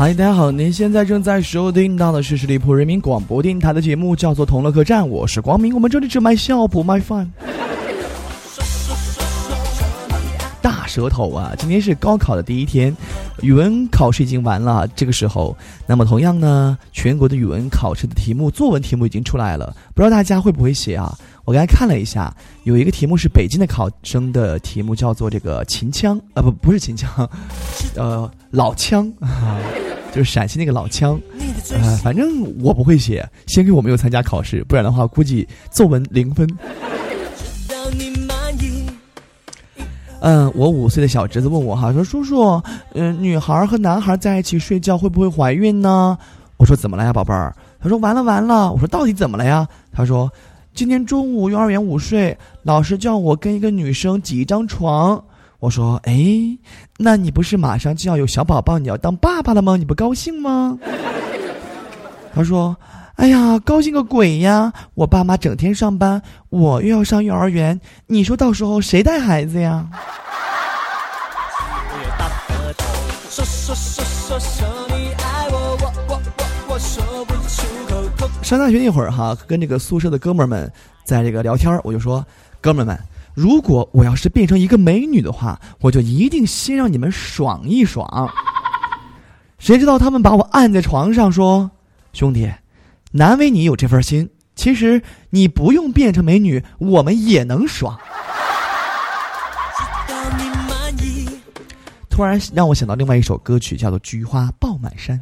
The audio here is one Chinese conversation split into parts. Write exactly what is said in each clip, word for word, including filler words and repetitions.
嗨，大家好，您现在正在收听到的是十里铺人民广播电台的节目，叫做同乐客栈，我是光明，我们这里只卖笑不卖饭。大舌头啊，今天是高考的第一天，语文考试已经完了，这个时候，那么同样呢，全国的语文考试的题目，作文题目已经出来了，不知道大家会不会写啊？我刚才看了一下，有一个题目是北京的考生的题目，叫做这个秦腔啊，不不是秦腔，呃，老腔啊，就是陕西那个老腔，呃，反正我不会写，幸亏我没有参加考试，不然的话估计作文零分。嗯，我五岁的小侄子问我哈，说叔叔，嗯、呃，女孩和男孩在一起睡觉会不会怀孕呢？我说怎么了呀，宝贝儿？他说完了完了。我说到底怎么了呀？他说今天中午幼儿园午睡，老师叫我跟一个女生挤一张床。我说哎，那你不是马上就要有小宝宝，你要当爸爸了吗？你不高兴吗？他说哎呀，高兴个鬼呀！我爸妈整天上班，我又要上幼儿园，你说到时候谁带孩子呀？上大学那会儿哈，跟这个宿舍的哥们儿们在这个聊天，我就说，哥们儿们，如果我要是变成一个美女的话，我就一定先让你们爽一爽。谁知道他们把我按在床上说，兄弟，难为你有这份心，其实你不用变成美女，我们也能爽。突然让我想到另外一首歌曲，叫做《菊花爆满山》。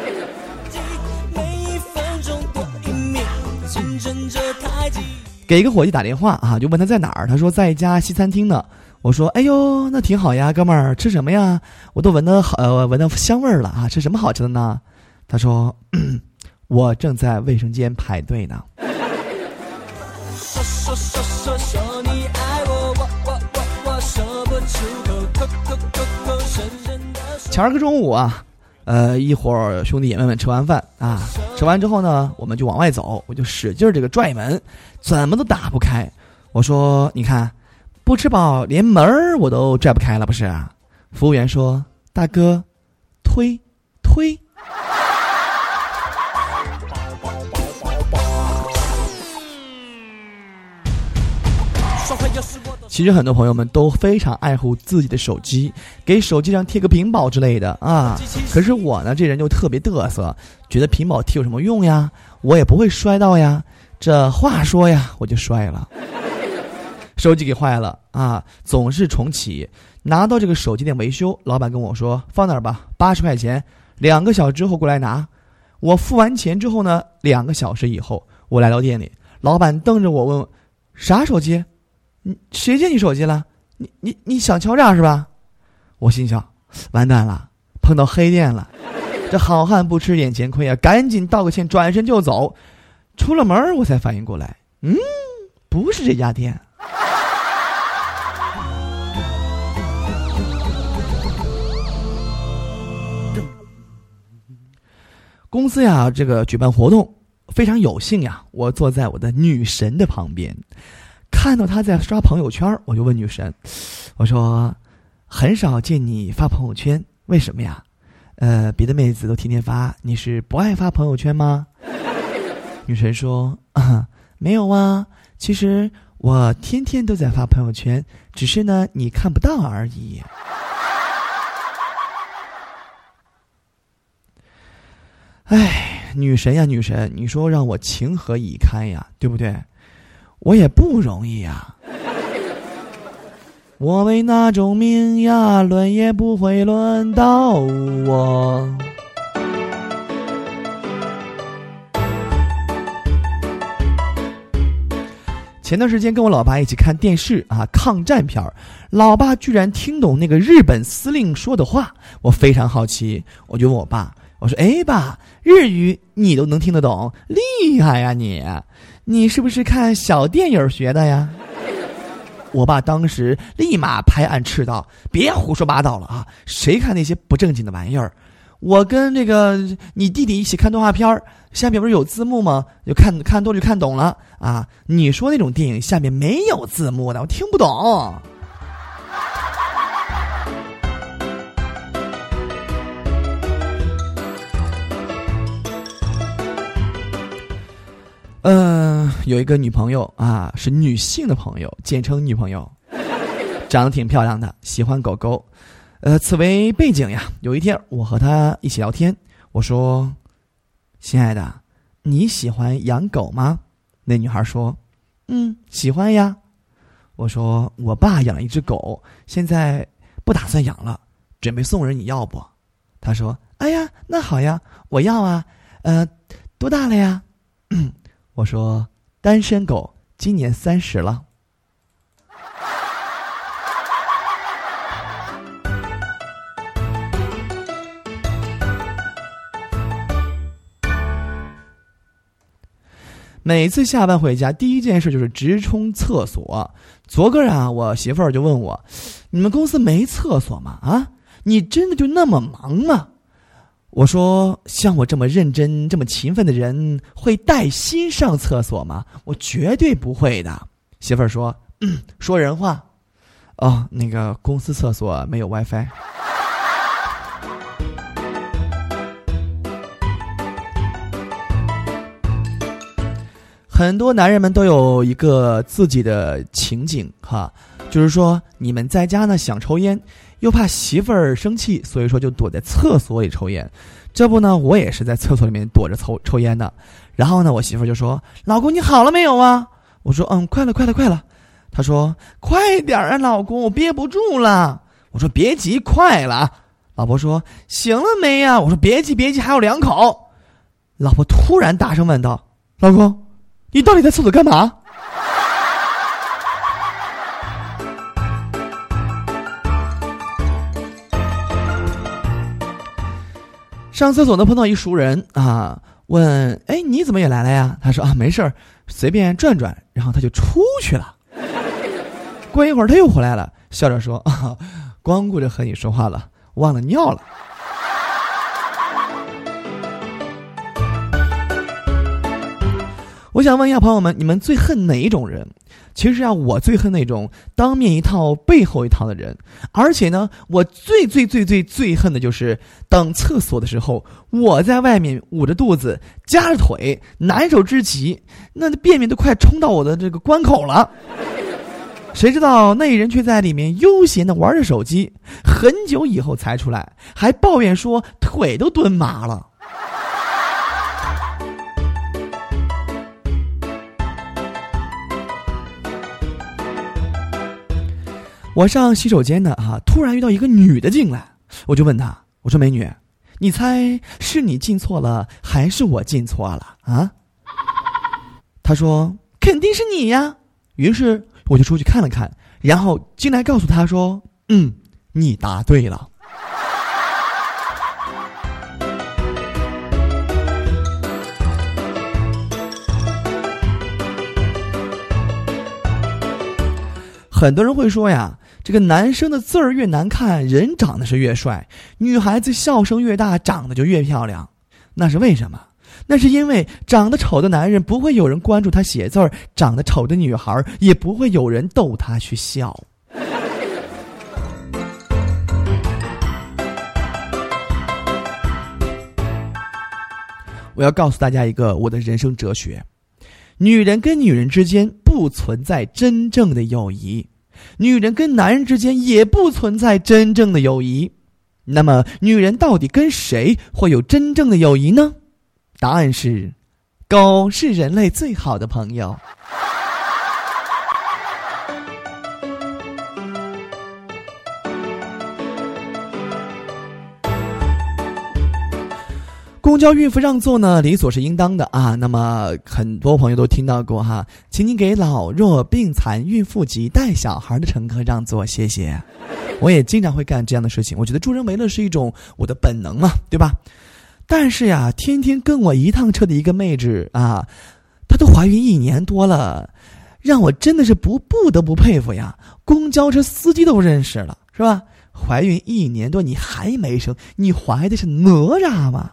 给一个伙计打电话啊，就问他在哪儿，他说在一家西餐厅呢。我说哎呦，那挺好呀，哥们儿，吃什么呀？我都闻到呃闻到香味儿了啊，吃什么好吃的呢？他说我正在卫生间排队呢。前儿个中午啊，呃，一伙儿兄弟姐妹们吃完饭啊，吃完之后呢，我们就往外走，我就使劲这个拽门，怎么都打不开。我说你看，不吃饱连门儿我都拽不开了，不是啊？服务员说，大哥，推推。其实很多朋友们都非常爱护自己的手机，给手机上贴个屏保之类的啊。可是我呢，这人就特别嘚瑟，觉得屏保贴有什么用呀？我也不会摔到呀。这话说呀，我就摔了，手机给坏了啊，总是重启。拿到这个手机店维修，老板跟我说放那儿吧，八十块钱，两个小时之后过来拿。我付完钱之后呢，两个小时以后我来到店里，老板瞪着我问，啥手机？你谁借你手机了？你你你想敲诈是吧？我心想，完蛋了，碰到黑店了。这好汉不吃眼前亏啊，赶紧道个歉，转身就走。出了门我才反应过来，嗯，不是这家店。公司呀，这个举办活动非常有幸呀，我坐在我的女神的旁边。看到他在刷朋友圈，我就问女神，我说很少见你发朋友圈，为什么呀？呃，别的妹子都天天发，你是不爱发朋友圈吗？女神说啊，没有啊，其实我天天都在发朋友圈，只是呢你看不到而已。哎，女神呀女神，你说让我情何以堪呀，对不对？我也不容易呀，我为那种命呀，轮也不会轮到我。前段时间跟我老爸一起看电视啊，抗战片儿，老爸居然听懂那个日本司令说的话，我非常好奇，我就问我爸，我说哎爸，日语你都能听得懂，厉害呀你！你是不是看小电影学的呀？我爸当时立马拍案斥道，别胡说八道了啊，谁看那些不正经的玩意儿？我跟这个你弟弟一起看动画片，下面不是有字幕吗？就看看多就看懂了啊。你说那种电影下面没有字幕的，我听不懂。 嗯、呃，有一个女朋友啊，是女性的朋友，简称女朋友，长得挺漂亮的，喜欢狗狗。呃，此为背景呀。有一天，我和她一起聊天，我说：“亲爱的，你喜欢养狗吗？”那女孩说：“嗯，喜欢呀。”我说：“我爸养了一只狗，现在不打算养了，准备送人，你要不？”她说：“哎呀，那好呀，我要啊。呃，多大了呀？”我说：“单身狗，今年三十了。”每次下班回家，第一件事就是直冲厕所。昨个啊，我媳妇儿就问我：“你们公司没厕所吗？啊，你真的就那么忙吗？”我说：“像我这么认真、这么勤奋的人，会带薪上厕所吗？我绝对不会的。”媳妇儿说：“嗯，说人话。哦，那个公司厕所没有 WiFi。”很多男人们都有一个自己的情景哈，就是说你们在家呢想抽烟，又怕媳妇儿生气，所以说就躲在厕所里抽烟。这不呢，我也是在厕所里面躲着抽抽烟的。然后呢，我媳妇儿就说：“老公，你好了没有啊？”我说：“嗯，快了，快了，快了。”她说：“快点啊，老公，我憋不住了。”我说：“别急，快了。”老婆说：“行了没呀？”我说：“别急，别急，还有两口。”老婆突然大声问道：“老公，你到底在厕所干嘛？”上厕所呢，碰到一熟人啊，问：“哎，你怎么也来了呀？”他说：“啊，没事儿，随便转转。”然后他就出去了。过一会儿他又回来了，笑着说：“啊，光顾着和你说话了，忘了尿了。”我想问一下朋友们，你们最恨哪一种人？其实啊，我最恨那种当面一套背后一套的人。而且呢，我最最最最最恨的就是等厕所的时候，我在外面捂着肚子夹着腿难受之极，那便便都快冲到我的这个关口了。谁知道那人却在里面悠闲的玩着手机，很久以后才出来，还抱怨说腿都蹲麻了。我上洗手间呢啊，突然遇到一个女的进来，我就问她，我说：“美女，你猜是你进错了还是我进错了啊？”她说：“肯定是你呀。”于是我就出去看了看，然后进来告诉她说：“嗯，你答对了。”很多人会说呀，这个男生的字儿越难看，人长得是越帅；女孩子笑声越大，长得就越漂亮。那是为什么？那是因为长得丑的男人不会有人关注他写字儿，长得丑的女孩也不会有人逗他去笑。我要告诉大家一个我的人生哲学：女人跟女人之间不存在真正的友谊，女人跟男人之间也不存在真正的友谊。那么女人到底跟谁会有真正的友谊呢？答案是，狗是人类最好的朋友。公交孕妇让座呢，理所是应当的啊。那么很多朋友都听到过哈，请你给老弱病残孕妇及带小孩的乘客让座，谢谢。我也经常会干这样的事情，我觉得助人为乐是一种我的本能嘛，对吧？但是呀，天天跟我一趟车的一个妹纸啊，她都怀孕一年多了，让我真的是不不得不佩服呀。公交车司机都认识了，是吧？怀孕一年多你还没生，你怀的是哪吒吗？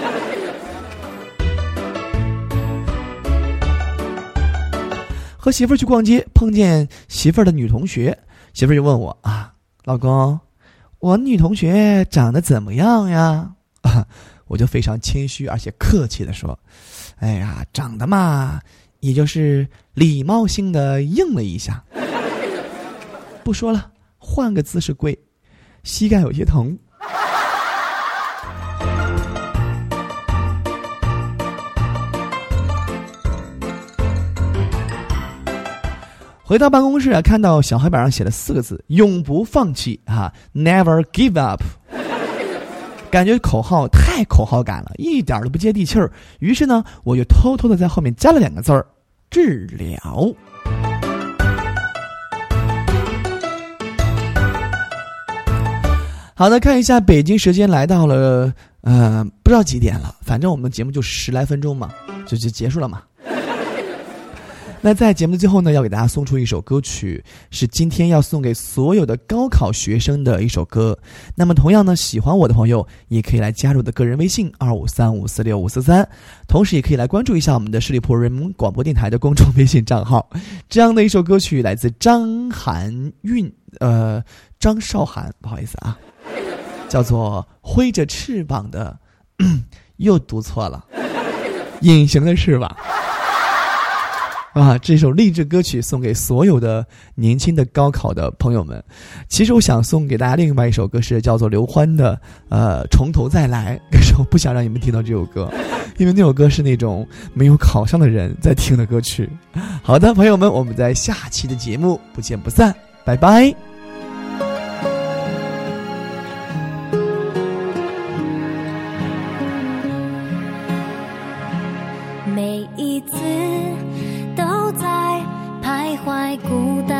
和媳妇儿去逛街，碰见媳妇儿的女同学，媳妇儿就问我啊，老公，我女同学长得怎么样呀？啊，我就非常谦虚而且客气的说，哎呀，长得嘛也就是礼貌性的应了一下。不说了，换个姿势跪，膝盖有些疼。回到办公室啊，看到小黑板上写了四个字：永不放弃啊 ，Never give up。感觉口号太口号感了，一点都不接地气儿。于是呢，我就偷偷的在后面加了两个字儿：治疗。好的，看一下北京时间来到了呃不知道几点了，反正我们节目就十来分钟嘛，就就结束了嘛。那在节目的最后呢，要给大家送出一首歌曲，是今天要送给所有的高考学生的一首歌。那么同样呢，喜欢我的朋友也可以来加入我的个人微信二五三五四六五四三，同时也可以来关注一下我们的十里铺人民广播电台的公众微信账号。这样的一首歌曲来自张含韵，呃，张韶涵，不好意思啊，叫做挥着翅膀的，又读错了，隐形的翅膀。啊，这首励志歌曲送给所有的年轻的高考的朋友们。其实我想送给大家另外一首歌，是叫做刘欢的呃从头再来。可是我不想让你们听到这首歌，因为那首歌是那种没有考上的人在听的歌曲。好的，朋友们，我们在下期的节目不见不散，拜拜。 每一次都在徘徊孤单